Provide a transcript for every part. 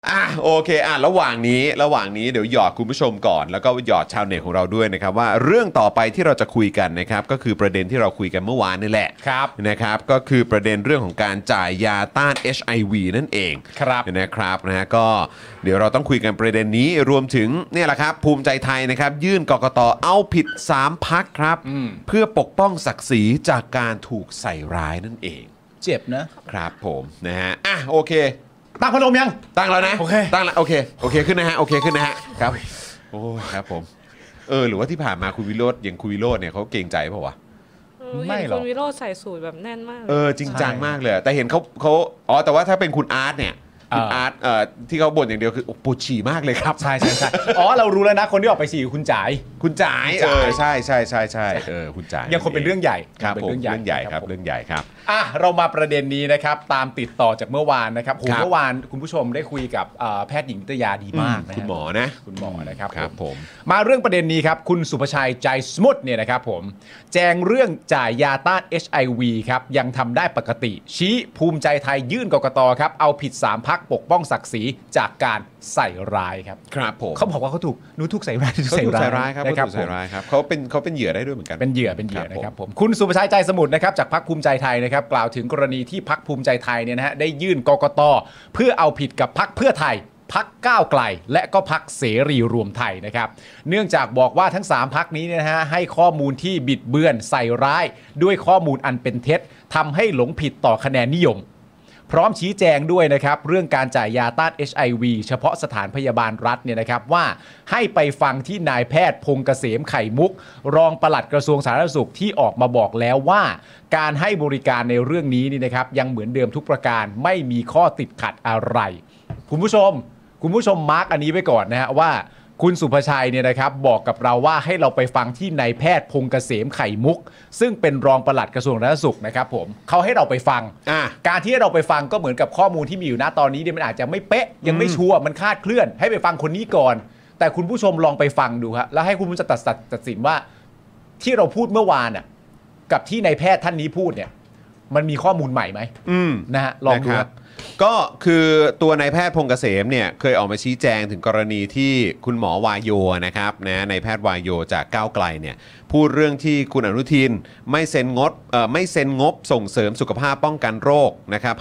โอเคระหว่างนี้เดี๋ยวหยอดคุณผู้ชมก่อนแล้วก็หยอดชาวเน็ตของเราด้วยนะครับว่าเรื่องต่อไปที่เราจะคุยกันนะครับก็คือประเด็นที่เราคุยกันเมื่อวานนี่แหละครับนะครับก็คือประเด็นเรื่องของการจ่ายยาต้าน HIV นั่นเองครับนะครับนะฮะก็เดี๋ยวเราต้องคุยกันประเด็นนี้รวมถึงเนี่ยแหละครับภูมิใจไทยนะครับยื่นกกต.เอาผิด3พรรคครับเพื่อปกป้องศักดิ์ศรีจากการถูกใส่ร้ายนั่นเองเจ็บนะครับผมนะฮะโอเคตั้งพัดลมยังตั้งแล้วนะโอเคตั้งแล้วโอเคขึ้นนะฮะโอเคขึ้นนะฮะครับโอ้ยครับผมหรือว่าที่ผ่านมาคุณวิโรจน์อย่างคุณวิโรจน์เนี่ยเขาเกรงใจเปล่าวะไม่หรอกคุณวิโรจน์ใส่สูทแบบแน่นมากจริงจังมากเลยแต่เห็นเขาแต่ว่าถ้าเป็นคุณอาร์ตเนี่ยคุณอาร์ตที่เขาบ่นอย่างเดียวคือปวดฉี่มากเลยครับใช่เรารู้แล้วนะคนที่ออกไปฉี่คุณจ๋ายใช่คุณจ๋ายยังคงเป็นเรื่องใหญ่ครับผมเรื่องใหญ่ครับเรามาประเด็นนี้นะครับตามติดต่อจากเมื่อวานนะครับเมื่อวานคุณผู้ชมได้คุยกับแพทย์หญิงนิตยาดีมากนะคุณหมอนะครับผมมาเรื่องประเด็นนี้ครับคุณสุภชัยใจสมุทรเนี่ยนะครับผมแจงเรื่องจ่ายยาต้าน HIV ครับยังทำได้ปกติชี้ภูมิใจไทยยื่นกกตครับเอาผิด3พรรคปกป้องศักดิ์ศรีจากการใส่ร้ายครับครับผมเขาบอกว่าเขาถูกใส่ร้ายครับเขาถูกใส่ร้ายครับเขาเป็นเหยื่อได้ด้วยเหมือนกันเป็นเหยื่อนะครับผมคุณสุภชัยใจสมุทรนะครับจากพรรคภูมิใจไทยนะครับกล่าวถึงกรณีที่พรรคภูมิใจไทยเนี่ยนะฮะได้ยื่นกกต.เพื่อเอาผิดกับพรรคเพื่อไทยพรรคก้าวไกลและก็พรรคเสรีรวมไทยนะครับเนื่องจากบอกว่าทั้ง3พรรคนี้เนี่ยนะฮะให้ข้อมูลที่บิดเบือนใส่ร้ายด้วยข้อมูลอันเป็นเท็จทำให้หลงผิดต่อคะแนนนิยมพร้อมชี้แจงด้วยนะครับเรื่องการจ่ายยาต้าน HIV เฉพาะสถานพยาบาลรัฐเนี่ยนะครับว่าให้ไปฟังที่นายแพทย์พงษ์เกษมไข่มุกรองปลัดกระทรวงสาธารณสุขที่ออกมาบอกแล้วว่าการให้บริการในเรื่องนี้นี่นะครับยังเหมือนเดิมทุกประการไม่มีข้อติดขัดอะไรคุณผู้ชมมาร์กอันนี้ไว้ก่อนนะฮะว่าคุณสุภชัยเนี่ยนะครับบอกกับเราว่าให้เราไปฟังที่นายแพทย์พงษ์เกษมไข่มุกซึ่งเป็นรองปลัดกระทรวงสาธารณสุขนะครับผมเขาให้เราไปฟังการที่เราไปฟังก็เหมือนกับข้อมูลที่มีอยู่ณตอนนี้เนี่ยมันอาจจะไม่เป๊ะยังไม่ชัวร์มันคลาดเคลื่อนให้ไปฟังคนนี้ก่อนแต่คุณผู้ชมลองไปฟังดูครับแล้วให้คุณผู้ชมตัดสินว่าที่เราพูดเมื่อวานอ่ะกับที่นายแพทย์ท่านนี้พูดเนี่ยมันมีข้อมูลใหม่ไหมนะฮะลองดูก็คือตัวนายแพทย์พงษ์เกษมเนี่ยเคยออกมาชี้แจงถึงกรณีที่คุณหมอวายโยนะครับนะนายแพทย์วายโยจากก้าวไกลเนี่ยพูดเรื่องที่คุณอนุทินไม่เซ็นงบส่งเสริมสุขภาพป้องกันโรคนะครับ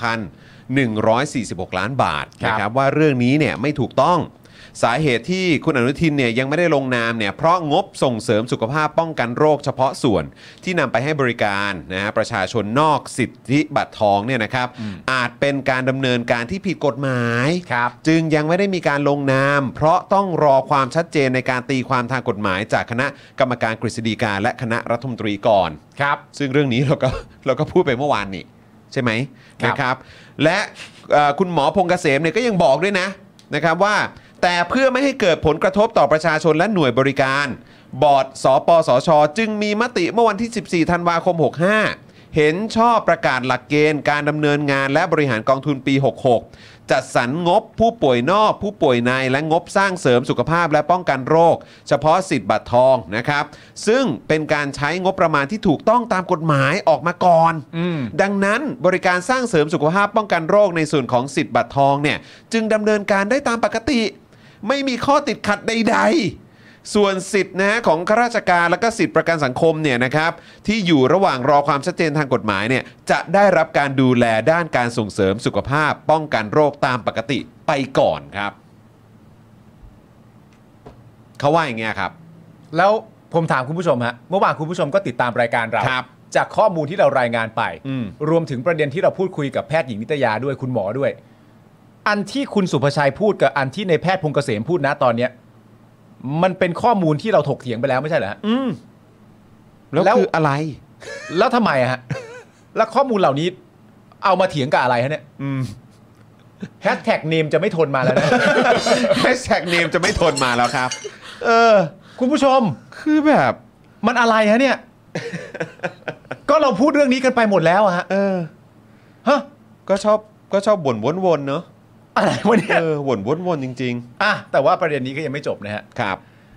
5,146 ล้านบาทนะครับว่าเรื่องนี้เนี่ยไม่ถูกต้องสาเหตุที่คุณอนุทินเนี่ยยังไม่ได้ลงนามเนี่ยเพราะงบส่งเสริมสุขภาพป้องกันโรคเฉพาะส่วนที่นำไปให้บริการนะฮะประชาชนนอกสิทธิบัตรทองเนี่ยนะครับอาจเป็นการดำเนินการที่ผิดกฎหมายจึงยังไม่ได้มีการลงนามเพราะต้องรอความชัดเจนในการตีความทางกฎหมายจากคณะกรรมการกฤษฎีกาและคณะรัฐมนตรีก่อนครับซึ่งเรื่องนี้เราก็พูดไปเมื่อวานนี่ใช่ไหมนะครับและคุณหมอพงษ์เกษมเนี่ยก็ยังบอกด้วยนะครับว่าแต่เพื่อไม่ให้เกิดผลกระทบต่อประชาชนและหน่วยบริการบอร์ดสปสช.จึงมีมติเมื่อวันที่ 14 ธันวาคม 65 เห็นชอบประกาศหลักเกณฑ์การดำเนินงานและบริหารกองทุนปี 66 จัดสรรงบผู้ป่วยนอกผู้ป่วยในและงบสร้างเสริมสุขภาพและป้องกันโรคเฉพาะสิทธิ์บัตรทองนะครับซึ่งเป็นการใช้งบประมาณที่ถูกต้องตามกฎหมายออกมาก่อนดังนั้นบริการสร้างเสริมสุขภาพป้องกันโรคในส่วนของสิทธิ์บัตรทองเนี่ยจึงดำเนินการได้ตามปกติไม่มีข้อติดขัดใดๆส่วนสิทธิ์นะของข้าราชการและก็สิทธิประกันสังคมเนี่ยนะครับที่อยู่ระหว่างรอความชัดเจนทางกฎหมายเนี่ยจะได้รับการดูแลด้านการส่งเสริมสุขภาพป้องกันโรคตามปกติไปก่อนครับเขาว่าอย่างเงี้ยครับแล้วผมถามคุณผู้ชมฮะเมื่อวานคุณผู้ชมก็ติดตามรายการเราจากข้อมูลที่เรารายงานไปรวมถึงประเด็นที่เราพูดคุยกับแพทย์หญิงนิตยาด้วยคุณหมอด้วยอันที่คุณสุภชัยพูดกับอันที่ในแพทย์พงษ์เกษมพูดนะตอนเนี้ยมันเป็นข้อมูลที่เราถกเถียงไปแล้วไม่ใช่เหรอฮะแล้วคืออะไรแล้วทำไมฮะแล้วข้อมูลเหล่านี้เอามาเถียงกับอะไรฮะเนี่ยแฮชแท็กเนมจะไม่ทนมาแล้วนะแฮชแท็กเนมจะไม่ทนมาแล้วครับคุณผู้ชมคือแบบมันอะไรฮะเนี่ยก็เราพูดเรื่องนี้กันไปหมดแล้วฮะฮะก็ชอบบ่นวนๆเนอะอะไรวะเนี่ยบ่นวนๆจริงๆแต่ว่าประเด็นนี้ก็ยังไม่จบนะฮะครับ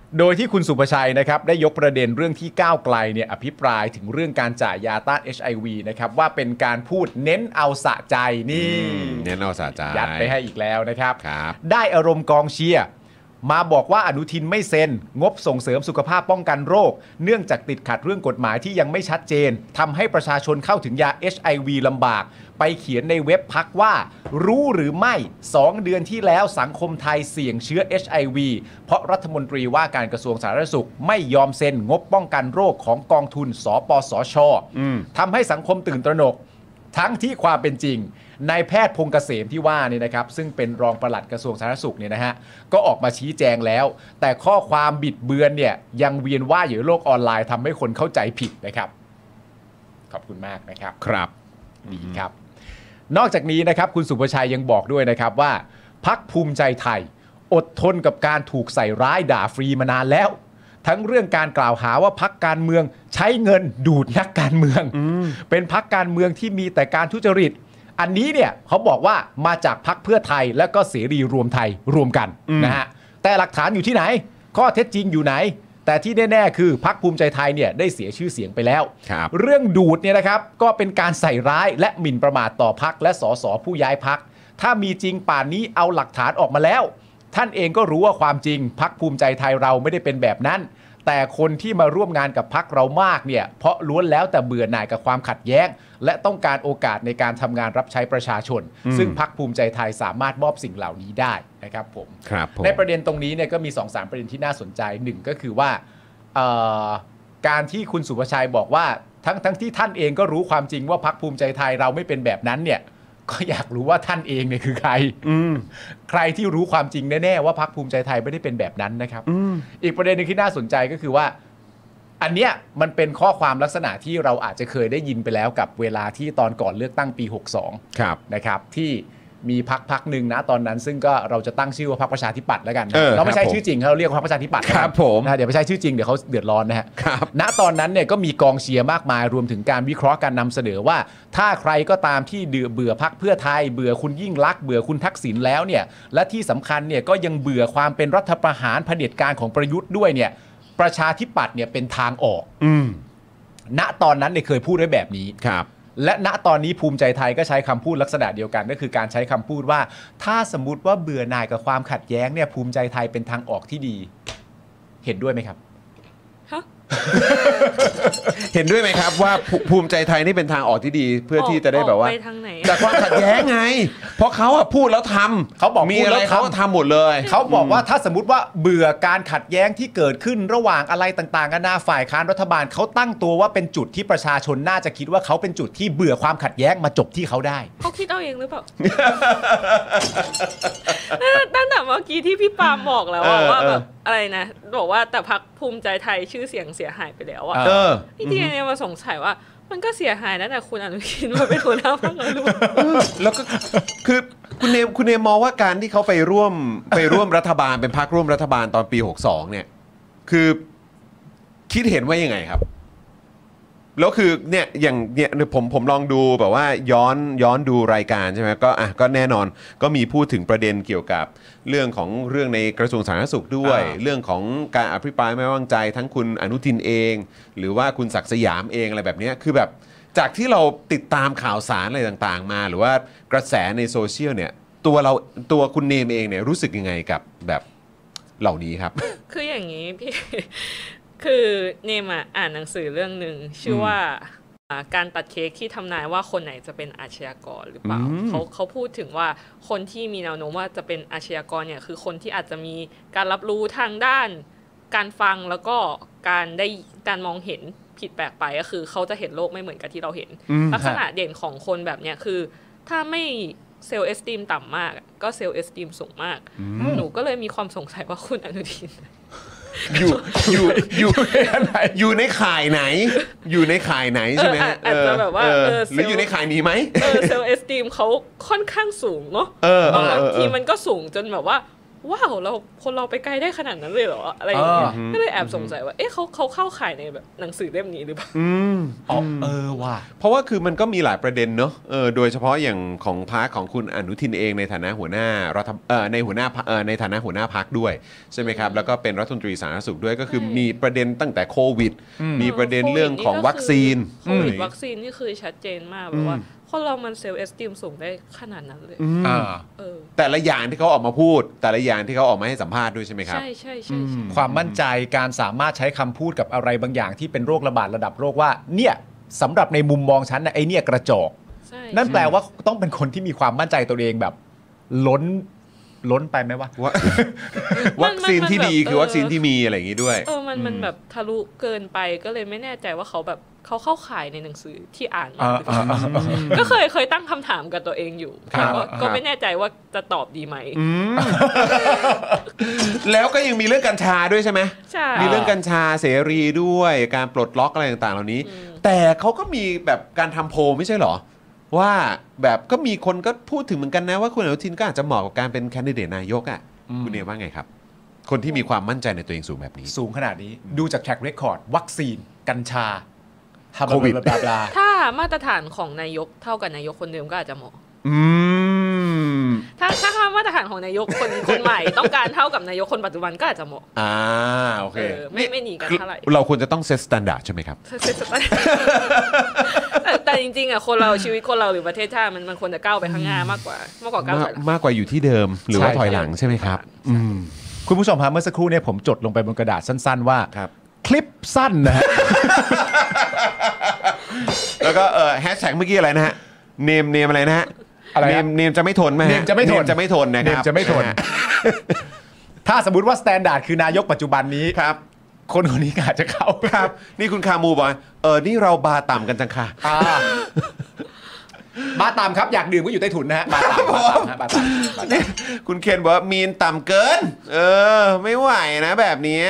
โดยที่คุณสุภชัยนะครับได้ยกประเด็นเรื่องที่ก้าวไกลเนี่ยอภิปรายถึงเรื่องการจ่ายยาต้าน HIV นะครับว่าเป็นการพูดเน้นเอาสะใจนี่เน้นเอาสะใจยัดไปให้อีกแล้วนะครับครับได้อารมณ์กองเชียร์มาบอกว่าอนุทินไม่เซ็นงบส่งเสริมสุขภาพป้องกันโรคเนื่องจากติดขัดเรื่องกฎหมายที่ยังไม่ชัดเจนทำให้ประชาชนเข้าถึงยา HIV ลำบากไปเขียนในเว็บพักว่ารู้หรือไม่2 เดือนที่แล้วสังคมไทยเสี่ยงเชื้อ HIV เพราะรัฐมนตรีว่าการกระทรวงสาธารณสุขไม่ยอมเซ็นงบป้องกันโรคของกองทุนสปสช.ทำให้สังคมตื่นตระหนกทั้งที่ความเป็นจริงนายแพทย์พงษ์เกษมที่ว่านี่นะครับซึ่งเป็นรองปลัดกระทรวงสาธารณสุขเนี่ยนะฮะก็ออกมาชี้แจงแล้วแต่ข้อความบิดเบือนเนี่ยยังเวียนว่ายอยู่ในโลกออนไลน์ทำให้คนเข้าใจผิดนะครับขอบคุณมากนะครับครับดีครับนอกจากนี้นะครับคุณสุภชัยยังบอกด้วยนะครับว่าพรรคภูมิใจไทยอดทนกับการถูกใส่ร้ายด่าฟรีมานานแล้วทั้งเรื่องการกล่าวหาว่าพรรคการเมืองใช้เงินดูดนักการเมืองเป็นพรรคการเมืองที่มีแต่การทุจริตอันนี้เนี่ยเขาบอกว่ามาจากพรรคเพื่อไทยและก็เสรีรวมไทยรวมกันนะฮะแต่หลักฐานอยู่ที่ไหนข้อเท็จจริงอยู่ไหนแต่ที่แน่ๆคือพรรคภูมิใจไทยเนี่ยได้เสียชื่อเสียงไปแล้วเรื่องดูดเนี่ยนะครับก็เป็นการใส่ร้ายและหมิ่นประมาทต่อพรรคและสสผู้ย้ายพรรคถ้ามีจริงป่านนี้เอาหลักฐานออกมาแล้วท่านเองก็รู้ว่าความจริงพรรคภูมิใจไทยเราไม่ได้เป็นแบบนั้นแต่คนที่มาร่วมงานกับพรรคเรามากเนี่ยเพราะล้วนแล้วแต่เบื่อหน่ายกับความขัดแย้งและต้องการโอกาสในการทำงานรับใช้ประชาชนซึ่งพรรคภูมิใจไทยสามารถมอบสิ่งเหล่านี้ได้นะครับผมในประเด็นตรงนี้เนี่ยก็มี 2-3 ประเด็นที่น่าสนใจหนึ่งก็คือว่าการที่คุณสุภชัยบอกว่าทั้งที่ท่านเองก็รู้ความจริงว่าพรรคภูมิใจไทยเราไม่เป็นแบบนั้นเนี่ยก็อยากรู้ว่าท่านเองเนี่ยคือใครใครที่รู้ความจริงแน่ๆว่าพรรคภูมิใจไทยไม่ได้เป็นแบบนั้นนะครับอีกประเด็นนึงที่น่าสนใจก็คือว่าอันเนี้ยมันเป็นข้อความลักษณะที่เราอาจจะเคยได้ยินไปแล้วกับเวลาที่ตอนก่อนเลือกตั้งปี62นะครับที่มีพรรคหนึ่งนะตอนนั้นซึ่งก็เราจะตั้งชื่อว่าพรรคประชาธิปัตย์แล้วกันเราไม่ใช่ชื่อจริงเราเรียกว่าพรรคประชาธิปัตย์ครับผมนะเดี๋ยวไม่ใช่ชื่อจริงเดี๋ยวเขาเดือดร้อนนะฮะณตอนนั้นเนี่ยก็มีกองเชียร์มากมายรวมถึงการวิเคราะห์การนำเสนอว่าถ้าใครก็ตามที่เบื่อพรรคเพื่อไทยเบื่อคุณยิ่งลักษณ์เบื่อคุณทักษิณแล้วเนี่ยและที่สำคัญเนี่ยก็ยังเบื่อความเป็นรัฐประหารเผด็จการของประยุทธ์ด้วยเนี่ยประชาธิปัตย์เนี่ยเป็นทางออกณตอนนั้นเนี่ยเคยพูดไว้แบบนี้และณตอนนี้ภูมิใจไทยก็ใช้คำพูดลักษณะเดียวกันก็คือการใช้คำพูดว่าถ้าสมมติว่าเบื่อหน่ายกับความขัดแย้งเนี่ยภูมิใจไทยเป็นทางออกที่ดีเห็นด้วยไหมครับเห็นด้วยไหมครับว่าภูมิใจไทยนี่เป็นทางออกที่ดีเพื่อที่จะได้แบบว่าจากความขัดแย้งไงเพราะเขาพูดแล้วทำเขาบอกมีอะไรเขาทำหมดเลยเขาบอกว่าถ้าสมมติว่าเบื่อการขัดแย้งที่เกิดขึ้นระหว่างอะไรต่างๆกันานาฝ่ายค้านรัฐบาลเขาตั้งตัวว่าเป็นจุดที่ประชาชนน่าจะคิดว่าเขาเป็นจุดที่เบื่อความขัดแย้งมาจบที่เขาได้เขาคิดเอาเองหรือเปล่าตั้งแต่เมื่อกี้ที่พี่ปาล์มบอกแล้วว่าแบบอะไรนะบอกว่าแต่พรรคภูมิใจไทยชื่อเสียงเสียหายไปแล้วอะพี่ทีเนี่ยมาสงสัยว่ามันก็เสียหายแล้วแต่คุณอนุทินมาเป็นหัวหน้าพรรคแล้วแล้วก็คือคุณเนมมองว่าการที่เขาไปร่วมรัฐบาลเป็นพรรคร่วมรัฐบาลตอนปี62เนี่ยคือคิดเห็นว่ายังไงครับแล้วคือเนี่ยอย่างเนี่ยผมลองดูแบบว่าย้อนดูรายการใช่ไหมก็แน่นอนก็มีพูดถึงประเด็นเกี่ยวกับเรื่องในกระทรวงสาธารณสุขด้วยเรื่องของการอภิปรายไม่ไว้วางใจทั้งคุณอนุทินเองหรือว่าคุณศักดิ์สยามเองอะไรแบบนี้คือแบบจากที่เราติดตามข่าวสารอะไรต่างๆมาหรือว่ากระแสในโซเชียลเนี่ยตัวคุณเนมเองเนี่ยรู้สึกยังไงกับแบบเหล่านี้ครับคืออย่างนี้พี่คือเนมอ่านหนังสือเรื่องหนึ่งชื่อว่าการตัดเค้กที่ทำนายว่าคนไหนจะเป็นอาชญากรหรือเปล่าเขาพูดถึงว่าคนที่มีแนวโน้มว่าจะเป็นอาชญากรเนี่ยคือคนที่อาจจะมีการรับรู้ทางด้านการฟังแล้วก็การมองเห็นผิดแปลกไปก็คือเขาจะเห็นโลกไม่เหมือนกับที่เราเห็นลักษณะเด่นของคนแบบเนี้ยคือถ้าไม่เซลล์เอสติมต่ำมากก็เซลล์เอสติมสูงมากหนูก็เลยมีความสงสัยว่าคุณอนุทินอยู่ในข่ายไหนอยู่ในข่ายไหนใช่ไหมอาจจะแบบว่าหรืออยู่ในข่ายนี้ไหมเซลล์เอสติมเขาค่อนข้างสูงเนาะบางทีมันก็สูงจนแบบว่าว้าวคนเราไปไกลได้ขนาดนั้นเลยเหรออะไรอย่างเงี้ยก็เลยแอบสงสัยว่าเอ๊ะเขาเข้าข่ายในแบบหนังสือเล่มนี้หรือเปล่าว่ะเพราะว่าคือมันก็มีหลายประเด็นเนอะโดยเฉพาะอย่างของพรรคของคุณอนุทินเองในฐานะหัวหน้าในฐานะหัวหน้าพรรคด้วยใช่ไหมครับแล้วก็เป็นรัฐมนตรีสาธารณสุขด้วยก็คือมีประเด็นตั้งแต่โควิดมีประเด็นเรื่องของวัคซีนโควิดวัคซีนนี่คือชัดเจนมากแบบว่าคนเรามันเซลล์เอสติมสูงได้ขนาดนั้นเลยแต่ละอย่างที่เขาออกมาพูดแต่ละอย่างที่เขาออกมาให้สัมภาษณ์ด้วยใช่ไหมครับใช่ความมั่นใจการสามารถใช้คำพูดกับอะไรบางอย่างที่เป็นโรคระบาดระดับโลกว่าเนี่ยสำหรับในมุมมองฉันนะไอเนี่ยกระจอกนั่นแปลว่าต้องเป็นคนที่มีความมั่นใจตัวเองแบบล้นไปไหมวะวัคซีนที่ดีคือวัคซีนที่มีอะไรอย่างนี้ด้วยมันแบบทะลุเกินไปก็เลยไม่แน่ใจว่าเขาแบบเขาเข้าข่ายในหนังสือที่อ่านมาก็เคยตั้งคำถามกับตัวเองอยู่ก็ไม่แน่ใจว่าจะตอบดีไหมแล้วก็ยังมีเรื่องกัญชาด้วยใช่ไหมใช่มีเรื่องกัญชาเสรีด้วยการปลดล็อกอะไรต่างๆเหล่านี้แต่เขาก็มีแบบการทำโพลไม่ใช่หรอว่าแบบก็มีคนก็พูดถึงเหมือนกันนะว่าคุณอนุทินก็อาจจะเหมาะกับการเป็นแคนดิเดตนายกอ่ะคุณเนี่ยว่าไงครับคนที่มีความมั่นใจในตัวเองสูงแบบนี้สูงขนาดนี้ดูจากแทร็กเรคคอร์ดวัคซีนกัญชาโควิดถ้ามาตรฐานของนายกเท่ากับนายกคนเดิมก็อาจจะเหมาะถ้ามาตรฐานของนายกคนใหม่ต้องการเท่ากับนายกคนปัจจุบันก็อาจจะเหมาะโอเคไม่หนีกันเท่าไหร่เราควรจะต้องเซตสแตนดาร์ดใช่ไหมครับแต่จริงๆอ่ะคนเราชีวิตคนเราหรือประเทศชาติมันควรจะก้าวไปข้างหน้ามากกว่าก้าวถอยหลังมากกว่าอยู่ที่เดิมหรือว่าถอยหลังใช่ไหมครับคุณผู้ชมครับเมื่อสักครู่เนี่ยผมจดลงไปบนกระดาษสั้นๆว่าคลิปสั้นนะฮะแล้วก็แฮชแท็กเมื่อกี้อะไรนะฮะเนมอะไรนะฮะเนมจะไม่ทนไหมเนมจะไม่ทนนะครับเนมจะไม่ทนถ้าสมมติว่าสแตนดาร์ดคือนายกปัจจุบันนี้ครับคนนี้อาจจะเข้าครับนี่คุณคามูบอกนี่เราบาร์ต่ำกันจังค่ะบาร์ต่ำครับอยากดื่มก็อยู่ใต้ถุนนะฮะบาร์ต่ำบาร์ต่ำนี่คุณเคนบอกว่ามีนต่ำเกินไม่ไหวนะแบบนี้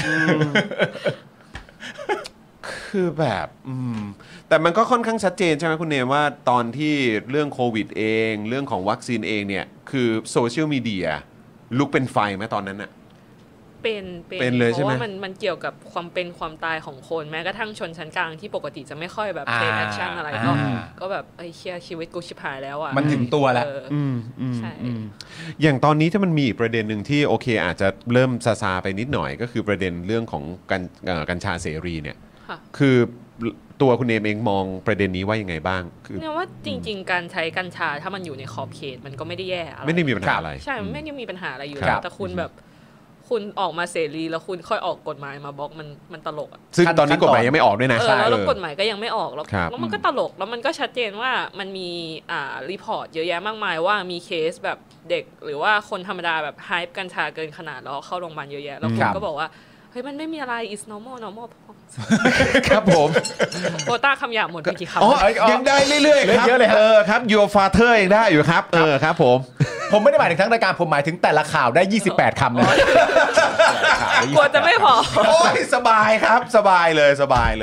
คือแบบแต่มันก็ค่อนข้างชัดเจนใช่ไหมคุณเนมว่าตอนที่เรื่องโควิดเองเรื่องของวัคซีนเองเนี่ยคือโซเชียลมีเดียลุกเป็นไฟไหมตอนนั้นน่ะเป็นเลยใช่ไหมเพราะว่ามันเกี่ยวกับความเป็นความตายของคนแม้กระทั่งชนชั้นกลางที่ปกติจะไม่ค่อยแบบเทคแอคชั่นอะไรก็แบบไอ้เชี่ยชีวิตกูชิบหายแล้วอ่ะมันถึงตัวแล้วใช่อย่างตอนนี้ถ้ามันมีอีกประเด็นหนึ่งที่โอเคอาจจะเริ่มซาไปนิดหน่อยก็คือประเด็นเรื่องของกัญชาเสรีเนี่ยคือตัวคุณเนมเองมองประเด็นนี้ว่ายังไงบ้างคือเนี่ยว่าจริงๆการใช้กัญชาถ้ามันอยู่ในขอบเขตมันก็ไม่ได้แย่อะไรไม่ได้มีปัญหาอะไรใช่ไม่ได้มีปัญหาอะไรอยู่แล้วแต่คุณออกมาเสรีแล้วคุณค่อยออกกฎหมายมาบล็อกมันตลกอ่ะซึ่งตอนนี้กฎหมายยังไม่ออกด้วยนะแล้วกฎหมายก็ยังไม่ออกแล้วมันก็ตลกแล้วมันก็ชัดเจนว่ามันมีรีพอร์ตเยอะแยะมากมายว่ามีเคสแบบเด็กหรือว่าคนธรรมดาแบบไฮป์กัญชาเกินขนาดแล้วเข้าโรงพยาบาลเยอะแยะแล้วคุณก็บอกว่าเฮ้ยมันไม่มีอะไร is normal ครับผมโควต้าคำหยาบหมดไปกี่คำยังได้เรื่อยๆครับเยอะเลยครับ your father ยังได้อยู่ครับครับผมไม่ได้หมายถึงทั้งรายการผมหมายถึงแต่ละข่าวได้28คำนะกลัวจะไม่พอโอ้ยสบายครับสบายเลย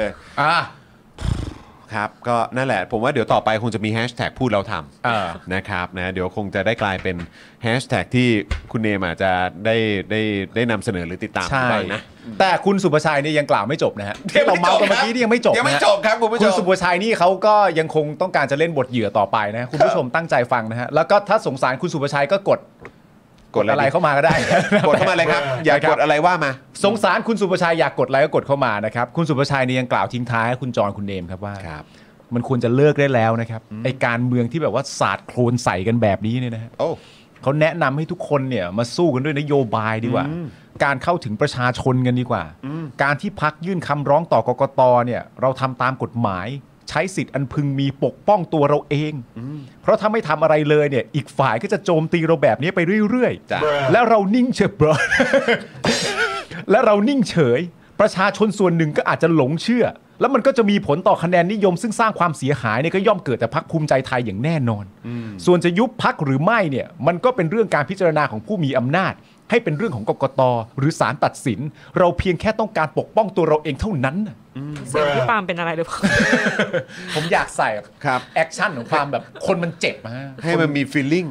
ครับก็นั่นแหละผมว่าเดี๋ยวต่อไปคงจะมีแฮชแท็กพูดเราทำนะครับนะเดี๋ยวคงจะได้กลายเป็นแฮชแท็กที่คุณเนมอาจจะได้นำเสนอหรือติดตามไปนะแต่คุณสุภชัยนี่ยังกล่าวไม่จบนะฮะที่เราเมาส์กันเมื่อกี้นี่ยังไม่จบครับคุณสุภชัยนี่เขาก็ยังคงต้องการจะเล่นบทเหยื่อต่อไปนะคุณผู้ชมตั้งใจฟังนะฮะแล้วก็ถ้าสงสารคุณสุภชัยก็กดอะไรเข้ามาก็ได้กดเข้ามาเลยครับอยากกดอะไรว่ามาสงสารคุณสุภชัยอยากกดอะไรก็กดเข้ามานะครับคุณสุภชัยนี่ยังกล่าวทิ้งท้ายให้คุณจรคุณเนมครับว่ามันควรจะเลิกได้แล้วนะครับไอการเมืองที่แบบว่าสาดโคลนใส่กันแบบนี้เนี่ยนะฮะเขาแนะนำให้ทุกคนเนี่ยมาสู้กันด้วยนโยบายดีกว่าการเข้าถึงประชาชนกันดีกว่าการที่พรรคยื่นคำร้องต่อกกตเนี่ยเราทำตามกฎหมายใช้สิทธิ์อันพึงมีปกป้องตัวเราเองเพราะถ้าไม่ทำอะไรเลยเนี่ยอีกฝ่ายก็จะโจมตีเราแบบนี้ไปเรื่อยๆแล้วเรานิ่งเฉยและเรานิ่งเฉยประชาชนส่วนหนึ่งก็อาจจะหลงเชื่อแล้วมันก็จะมีผลต่อคะแนนนิยมซึ่งสร้างความเสียหายเนี่ยก็ย่อมเกิดแต่พรรคภูมิใจไทยอย่างแน่นอนส่วนจะยุบพรรคหรือไม่เนี่ยมันก็เป็นเรื่องการพิจารณาของผู้มีอำนาจให้เป็นเรื่องของกกต.หรือศาลตัดสินเราเพียงแค่ต้องการปกป้องตัวเราเองเท่านั้นเสียงพี่ปาล์มเป็นอะไรหรือเปล่าผมอยากใส่แอคชั่นของความแบบคนมันเจ็บให้มันมีฟีลลิ่ง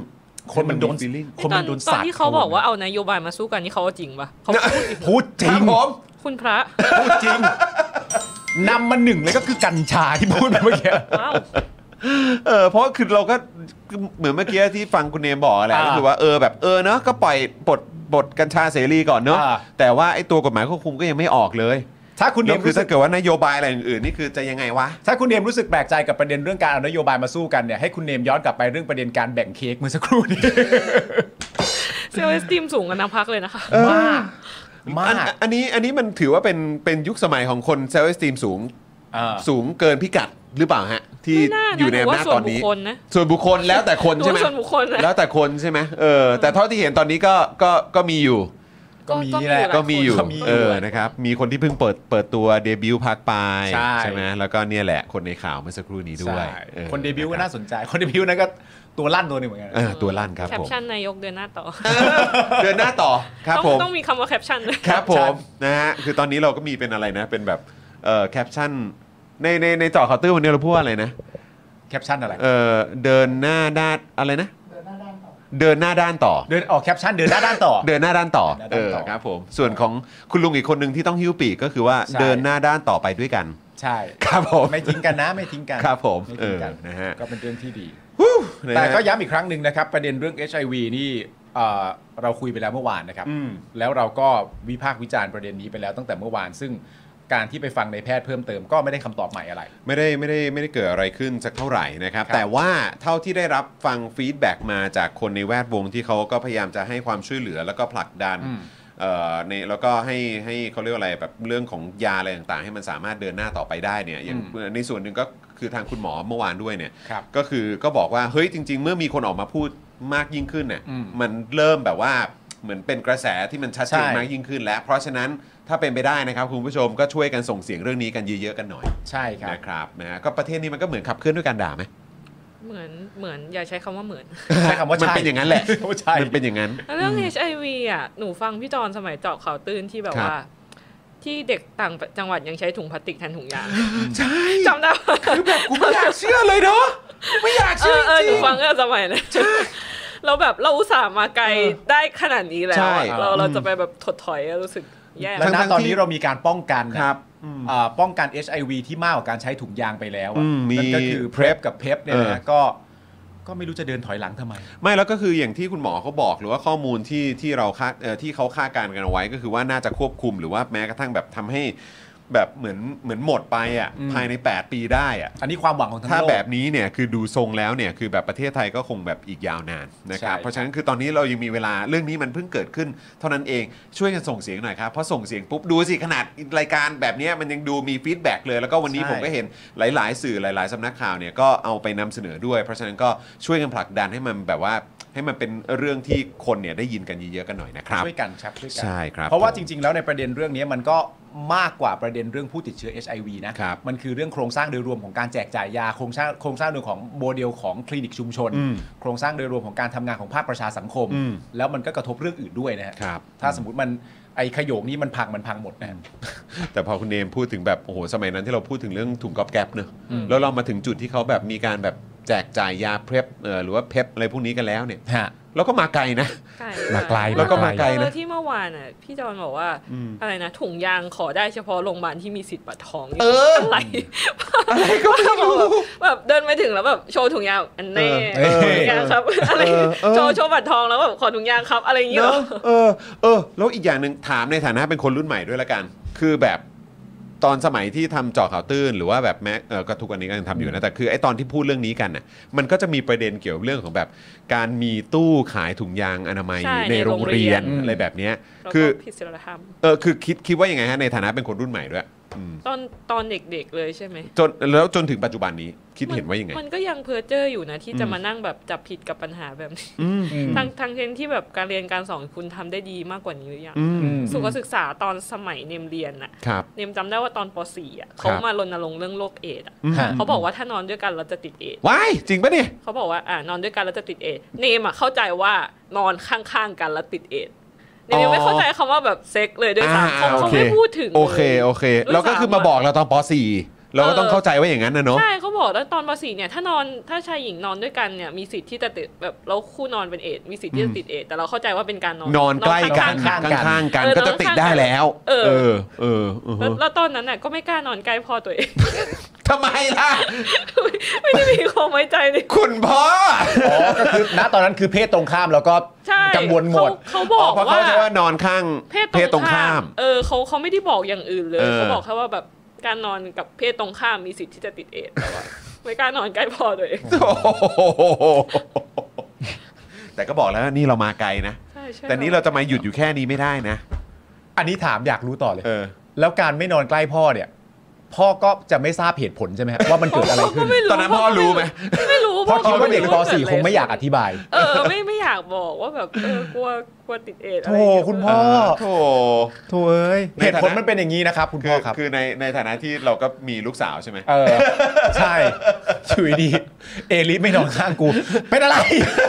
คนมันโดนตอนที่เขาบอกว่าเอานโยบายมาสู้กันนี่เขาจริงปะเขาพูดจริงคุณพระพูดจริงนำมาหนึ่งเลยก็คือกัญชาที่พูดไปเมื่อกี้เพราะคือเราก็เหมือนเมื่อกี้ที่ฟังคุณเนมบอกแหละก็คือว่าแบบเนอะก็ปล่อยบทกัญชาเสรีก่อนเนอะแต่ว่าไอ้ตัวกฎหมายควบคุมก็ยังไม่ออกเลยถ้าคุณเนมคือถ้าเกิดว่านโยบายอะไรอื่นๆนี่คือจะยังไงวะถ้าคุณเนมรู้สึกแปลกใจกับประเด็นเรื่องการเอานโยบายมาสู้กันเนี่ยให้คุณเนมย้อนกลับไปเรื่องประเด็นการแบ่งเค้กเมื่อสักครู่นี้เซลล์เอสติมสูงกันนะพักเลยนะคะมากอันนี้มันถือว่าเป็นยุคสมัยของคนเซลล์เอสติมสูงเกินพิกัดหรือเปล่าฮะที่อยู่ในอำนาจตอนนี้ส่วนบุคคลแล้วแต่คนใช่ไหมแล้วแต่คนใช่ไหมแต่เท่าที่เห็นตอนนี้ก็มีอยู่ก็มีอยู่นะครับมีคนที่เพิ่งเปิดตัวเดบิวต์พักไปใช่ไหมแล้วก็เนี่ยแหละคนในข่าวเมื่อสักครู่นี้ด้วยคนเดบิวต์ก็น่าสนใจคนเดบิวต์นั้นก็ตัวลั่นตัวหนึ่งเหมือนกันตัวลั่นครับผมแคปชั่นนายกเดินหน้าต่อเดินหน้าต่อครับผมต้องมีคำว่าแคปชั่นเลยครับผมนะฮะคือตอนนี้เราก็มีเป็นอะไรนะเป็นแบบแคปชั่นในจอข่าวตื้อวันนี้เราพูดว่าอะไรนะแคปชั่นอะไรเดินหน้าด้านอะไรนะเดินหน้าด้านต่อเดินออกแคปชั่นเดินหน้าด้านต่อเดินหน้าด้านต่อครับผมส่วนของคุณลุงอีกคนนึงที่ต้องหิ้วปีกก็คือว่าเดินหน้าด้านต่อไปด้วยกันใช่ครับผมไม่ทิ้งกันนะไม่ทิ้งกันครับผมนะฮะก็เป็นเรื่องที่ดีแต่ก็ย้ำอีกครั้งหนึ่งนะครับประเด็นเรื่อง HIV นี่เราคุยไปแล้วเมื่อวานนะครับแล้วเราก็วิพากษ์วิจารณ์ประเด็นนี้ไปแล้วตั้งแต่เมื่อวานซึ่งการที่ไปฟังในแพทย์เพิ่มเติมก็ไม่ได้คำตอบใหม่อะไรไม่ได้เกิดอะไรขึ้นสักเท่าไหร่นะครับแต่ว่าเท่าที่ได้รับฟังฟีดแบ็กมาจากคนในแวดวงที่เขาก็พยายามจะให้ความช่วยเหลือแล้วก็ผลักดันแล้วก็ให้เขาเรียกอะไรแบบเรื่องของยาอะไรต่างๆให้มันสามารถเดินหน้าต่อไปได้เนี่ยอย่างในส่วนหนึ่งก็คือทางคุณหมอเมื่อวานด้วยเนี่ยก็บอกว่าเฮ้ยจริงๆเมื่อมีคนออกมาพูดมากยิ่งขึ้นเนี่ยมันเริ่มแบบว่าเหมือนเป็นกระแสที่มันชัดเจนมากยิ่งขึ้นแล้วเพราะฉะนั้นถ้าเป็นไปได้นะครับคุณผู้ชมก็ช่วยกันส่งเสียงเรื่องนี้กันเยอะๆกันหน่อยใช่ครับนะครับนะก็ประเทศนี้มันก็เหมือนขับเคลื่อนด้วยการด่าไหมเหมือนอย่าใช้คำว่าเหมือนใช้คำว่ามันเป็นอย่างนั้นแหละมันเป็นอย่างนั้นเรื่อง HIV อ่ะหนูฟังพี่จอนสมัยเจาะข่าวตื้นที่แบบว่าที่เด็กต่างจังหวัดยังใช้ถุงพลาสติกแทนถุงยางใช่จำได้คือแบบกูไม่อยากเชื่อเลยเนาะไม่อยากเชื่อหนูฟังก็สมัยนั้นเราแบบเราอุตส่าห์มาไกลได้ขนาดนี้แล้วเราจะไปแบบถดถอยรู้สึกแย่แล้วตอนนี้เรามีการป้องกันป้องกัน HIV ที่มากกว่าการใช้ถุงยางไปแล้วนั่นก็คือ PrEP กับ PEP เนี่ยนะก็ไม่รู้จะเดินถอยหลังทำไมไม่แล้วก็คืออย่างที่คุณหมอเขาบอกหรือว่าข้อมูลที่เราที่เขาคาดการณ์กันเอาไว้ก็คือว่าน่าจะควบคุมหรือว่าแม้กระทั่งแบบทำให้แบบเหมือนหมดไปอ่ะภายใน8ปีได้อ่ะอันนี้ความหวังของทั้งโลกถ้าแบบนี้เนี่ยคือดูทรงแล้วเนี่ยคือแบบประเทศไทยก็คงแบบอีกยาวนานนะครับเพราะฉะนั้นคือตอนนี้เรายังมีเวลาเรื่องนี้มันเพิ่งเกิดขึ้นเท่านั้นเองช่วยกันส่งเสียงหน่อยครับเพราะส่งเสียงปุ๊บดูสิขนาดรายการแบบนี้มันยังดูมีฟีดแบ็กเลยแล้วก็วันนี้ผมก็เห็นหลายๆสื่อหลายๆสำนักข่าวเนี่ยก็เอาไปนำเสนอด้วยเพราะฉะนั้นก็ช่วยกันผลักดันให้มันแบบว่าให้มันเป็นเรื่องที่คนเนี่ยได้ยินกันเยอะๆกันหน่อยนะครับช่วยกันครับใช่ครับเพราะว่าจริงๆแล้วในประเด็นเรื่องนี้มันก็มากกว่าประเด็นเรื่องผู้ติดเชื้อ HIV นะมันคือเรื่องโครงสร้างโดยรวมของการแจกจ่ายยาโครงสร้างโดยของโมเดลของคลินิกชุมชนโครงสร้างโดยรวมของการทำงานของภาคประชาสังคมแล้วมันก็กระทบเรื่องอื่นด้วยนะครับถ้าสมมติมันไอ้ขโยงนี้มันพังหมดนะแต่พอคุณเนมพูดถึงแบบโอ้โหสมัยนั้นที่เราพูดถึงเรื่องถุงก๊อบแก๊ปเนอะแล้วเรามาถึงจุดที่เขาแบบมีการแบบแจกจ่ายยาเพล็บหรือว่าเพปอะไรพวกนี้กันแล้วเนี่ยแล้วก็มาไกลนะมาไกลแล้วก็มาไกลนะที่เมื่อวานน่ะพี่จอนบอกว่าอะไรนะถุงยางขอได้เฉพาะโรงพยาบาลที่มีสิทธิ์บัตรทองอะไรก็ไม่รู้แบบเดินไปถึงแล้วแบบโชว์ถุงยางอันนี้ถุงยางครับอะไรโชว์บัตรทองแล้วแบบขอถุงยางครับอะไรอย่างเงี้ยแล้วอีกอย่างนึงถามในฐานะเป็นคนรุ่นใหม่ด้วยละกันคือแบบตอนสมัยที่ทำเจาะข่าวตื้นหรือว่าแบบแม้ก็ทุกวันนี้ก็ยังทำอยู่นะแต่คือไอ้ตอนที่พูดเรื่องนี้กันน่ะมันก็จะมีประเด็นเกี่ยวกับเรื่องของแบบการมีตู้ขายถุงยางอนามัยในโรงเรียนอะไรแบบนี้คือผิดศีลธรรมคือคิดว่ายังไงฮะในฐานะเป็นคนรุ่นใหม่ด้วยตอนเด็กๆเลยใช่ไหมจนถึงปัจจุบันนี้คิดเห็นว่ายังไงมันก็ยังเพ้อเจ้ออยู่นะที่จะมานั่งแบบจับผิดกับปัญหาแบบนี้ทางเทนที่แบบการเรียนการสอนคุณทำได้ดีมากกว่านี้หรือยังสุขศึกษาตอนสมัยเนมเรียนน่ะเนมจำได้ว่าตอนป .4 อ่ะเขามารณรงค์เรื่องโรคเอดส์อ่ะเขาบอกว่าถ้านอนด้วยกันเราจะติดเอดส์ว้ายจริงปะเนี่ยเขาบอกว่านอนด้วยกันเราจะติดเอดส์เนมอ่ะเข้าใจว่านอนข้างๆกันแล้วติดเอดส์ยังไม่เข้าใจคำว่าแบบเซ็กเลยด้วยซ้ำเขาไม่พูดถึงโอเคแล้วก็คือมาบอกเราตอนป .4 เราก็ต้องเข้าใจว่าอย่างนั้นนะเนาะใช่เขาบอกแล้วตอนป .4 เนี่ยถ้าชายหญิงนอนด้วยกันเนี่ยมีสิทธิ์ที่จะติดแบบแล้วคู่นอนเป็นเอดส์มีสิทธิ์ที่จะติดเอดส์แต่เราเข้าใจว่าเป็นการนอนใกล้กันข้างๆกันก็จะติดได้แล้วแล้วตอนนั้นน่ะก็ไม่กล้านอนใกล้พ่อตัวเองทำไมล่ะไม่ได้มีความไว้ใจในคุณพ่อก็คือณตอนนั้นคือเพศตรงข้ามแล้วก็กังวลหมดเขาบอกว่าเขาจะว่านอนข้างเพศตรงข้ามเขาไม่ได้บอกอย่างอื่นเลยเขาบอกแค่ว่าแบบการนอนกับเพศตรงข้ามมีสิทธิ์ที่จะติดเอดส์แต่ว่าไม่กล้านอนใกล้พ่อตัวเองแต่ก็บอกแล้วนี่เรามาไกลนะแต่นี้เราจะมาหยุดอยู่แค่นี้ไม่ได้นะอันนี้ถามอยากรู้ต่อเลยแล้วการไม่นอนใกล้พ่อเนี่ยพ่อก็จะไม่ทราบเหตุผลใช่ไหมครับว่ามันเกิดอะไรขึ้นตอนนั้นพ่อรู้ไหมไม่รู้เพราะคิดว่าเด็กป .4 คงไม่อยากอธิบายไม่อยากบอกว่าแบบกลัวติดเอดส์อะไรคุณพ่อโธ่เอ้ยเหตุผลมันเป็นอย่างนี้นะครับคุณพ่อครับคือในฐานะที่เราก็มีลูกสาวใช่ไหมใช่ช่วยดีเอลิไม่นอนข้างกูเป็นอะไร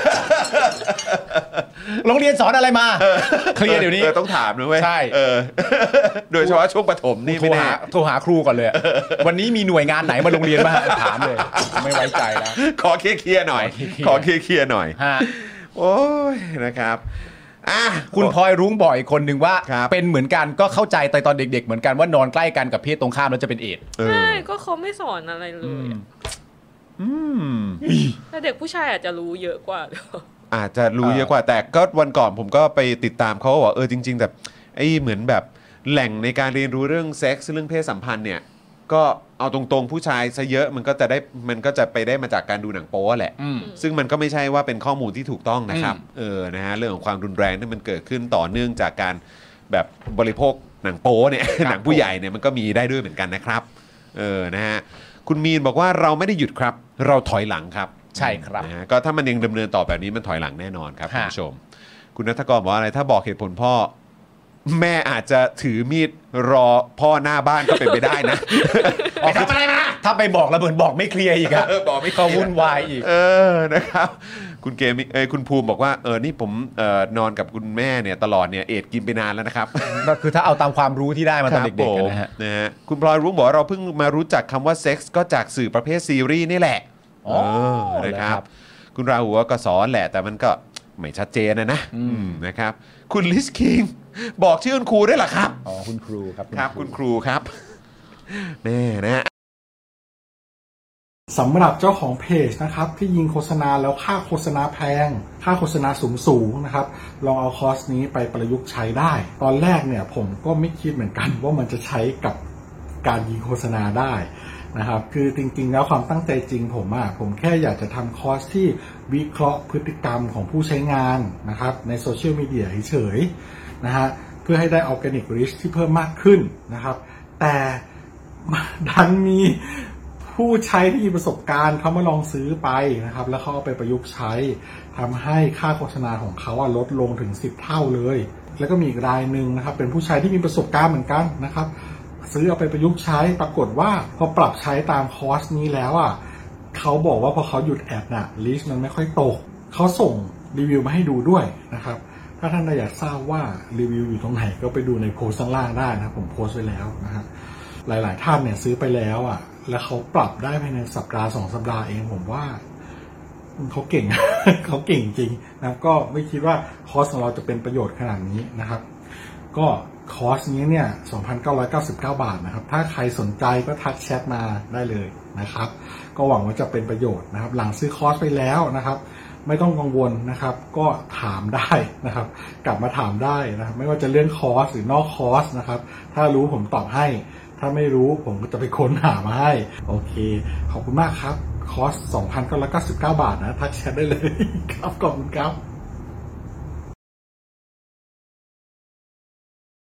โรงเรียนสอนอะไรมาเคลียร์เดี๋ยวนี้ต้องถามด้วยใช่โดยเฉพาะช่วงประถมนี่ไม่แน่โทรหาครูก่อนเลยวันนี้มีหน่วยงานไหนมาโรงเรียนมาถามเลยไม่ไว้ใจแล้วขอเคลียร์หน่อยขอเคลียร์หน่อยโอ้ยนะครับคุณพลอยรุ้งบอกอีกคนหนึ่งว่าเป็นเหมือนกันก็เข้าใจตอนเด็กๆเหมือนกันว่านอนใกล้กันกับเพศตรงข้ามแล้วจะเป็นเอดส์ใช่ก็เขาไม่สอนอะไรเลยแต่เด็กผู้ชายอาจจะรู้เยอะกว่าอาจจะรู้เยอะกว่าแต่ก็วันก่อนผมก็ไปติดตามเขาว่าจริงๆแบบเหมือนแบบแหล่งในการเรียนรู้เรื่องเซ็กส์เรื่องเพศสัมพันธ์เนี่ยก็เอาตรงๆผู้ชายซะเยอะมันก็จะไปได้มาจากการดูหนังโป๊แหละซึ่งมันก็ไม่ใช่ว่าเป็นข้อมูลที่ถูกต้องนะครับนะฮะเรื่องของความรุนแรงที่มันเกิดขึ้นต่อเนื่องจากการแบบบริโภคหนังโป๊เนี่ยหนังผู้ใหญ่เนี่ยมันก็มีได้ด้วยเหมือนกันนะครับนะฮะคุณมีนบอกว่าเราไม่ได้หยุดครับเราถอยหลังครับใช่ครับนะฮะก็ถ้ามันยังดำเนินต่อแบบนี้มันถอยหลังแน่นอนครับคุณผู้ชมคุณณัฐกรบอกว่าอะไรถ้าบอกเหตุผลพ่อแม่อาจจะถือมีดรอพ่อหน้าบ้านก็เป็นไปได้นะไปทำอะไรมาถ้าไปบอกแล้วเหมือนบอกไม่เคลียร์อีกอะบอกไม่เขาวุ่นวายอีกนะครับคุณเกมคุณภูมิบอกว่านี่ผมนอนกับคุณแม่เนี่ยตลอดเนี่ยเอดกินไปนานแล้วนะครับก็คือถ้าเอาตามความรู้ที่ได้มาตอนเด็กๆนะฮะคุณพลอยรุ้งบอกว่าเราเพิ่งมารู้จักคำว่าเซ็กส์ก็จากสื่อประเภทซีรีส์นี่แหละนะครับคุณราหูก็สอนแหละแต่มันก็ไม่ชัดเจนนะครับคุณลิสคิงบอกชื่อคุณครูได้หรอครับคุณครูครับคุณครูครับแม่นะสำหรับเจ้าของเพจนะครับที่ยิงโฆษณาแล้วค่าโฆษณาแพงค่าโฆษณาสูงนะครับลองเอาคอร์สนี้ไปประยุกต์ใช้ได้ตอนแรกเนี่ยผมก็ไม่คิดเหมือนกันว่ามันจะใช้กับการยิงโฆษณาได้นะครับคือจริงๆแล้วความตั้งใจจริงผมแค่อยากจะทำคอร์สที่วิเคราะห์พฤติกรรมของผู้ใช้งานนะครับในโซเชียลมีเดียเฉยๆนะฮะเพื่อให้ได้ออร์แกนิกริชที่เพิ่มมากขึ้นนะครับแต่ดันมีผู้ใช้ที่มีประสบการณ์เขามาลองซื้อไปนะครับแล้วเขาเอาไปประยุกต์ใช้ทำให้ค่าโฆษณาของเขาลดลงถึง10 เท่าเลยแล้วก็มีอีกรายหนึ่งนะครับเป็นผู้ใช้ที่มีประสบการณ์เหมือนกันนะครับซื้อเอาไปประยุกต์ใช้ปรากฏว่าพอปรับใช้ตามคอร์สนี้แล้วเขาบอกว่าพอเขาหยุดแอดลิสต์มันไม่ค่อยตกเขาส่งรีวิวมาให้ดูด้วยนะครับถ้าท่านอยากทราบว่ารีวิวอยู่ตรงไหนก็ไปดูในโพสต์ข้างล่างได้นะผมโพสต์ไว้แล้วนะครับหลายๆท่านเนี่ยซื้อไปแล้วแล้วเขาปรับได้ภายในสัปดาห์2 สัปดาห์เองผมว่าเขาเก่ง เขาเก่งจริงนะก็ไม่คิดว่าคอร์สของเราจะเป็นประโยชน์ขนาดนี้นะครับก็คอร์สนี้เนี่ย 2,999 บาทนะครับถ้าใครสนใจก็ทักแชทมาได้เลยนะครับก็หวังว่าจะเป็นประโยชน์นะครับหลังซื้อคอร์สไปแล้วนะครับไม่ต้องกังวลนะครับก็ถามได้นะครับกลับมาถามได้นะครับไม่ว่าจะเรื่องคอร์สหรือนอกคอร์สนะครับถ้ารู้ผมตอบให้ถ้าไม่รู้ผมก็จะไปค้นหามาให้โอเคขอบคุณมากครับคอร์ส 2,999 บาทนะทักแชทได้เลยครับขอบคุณครับ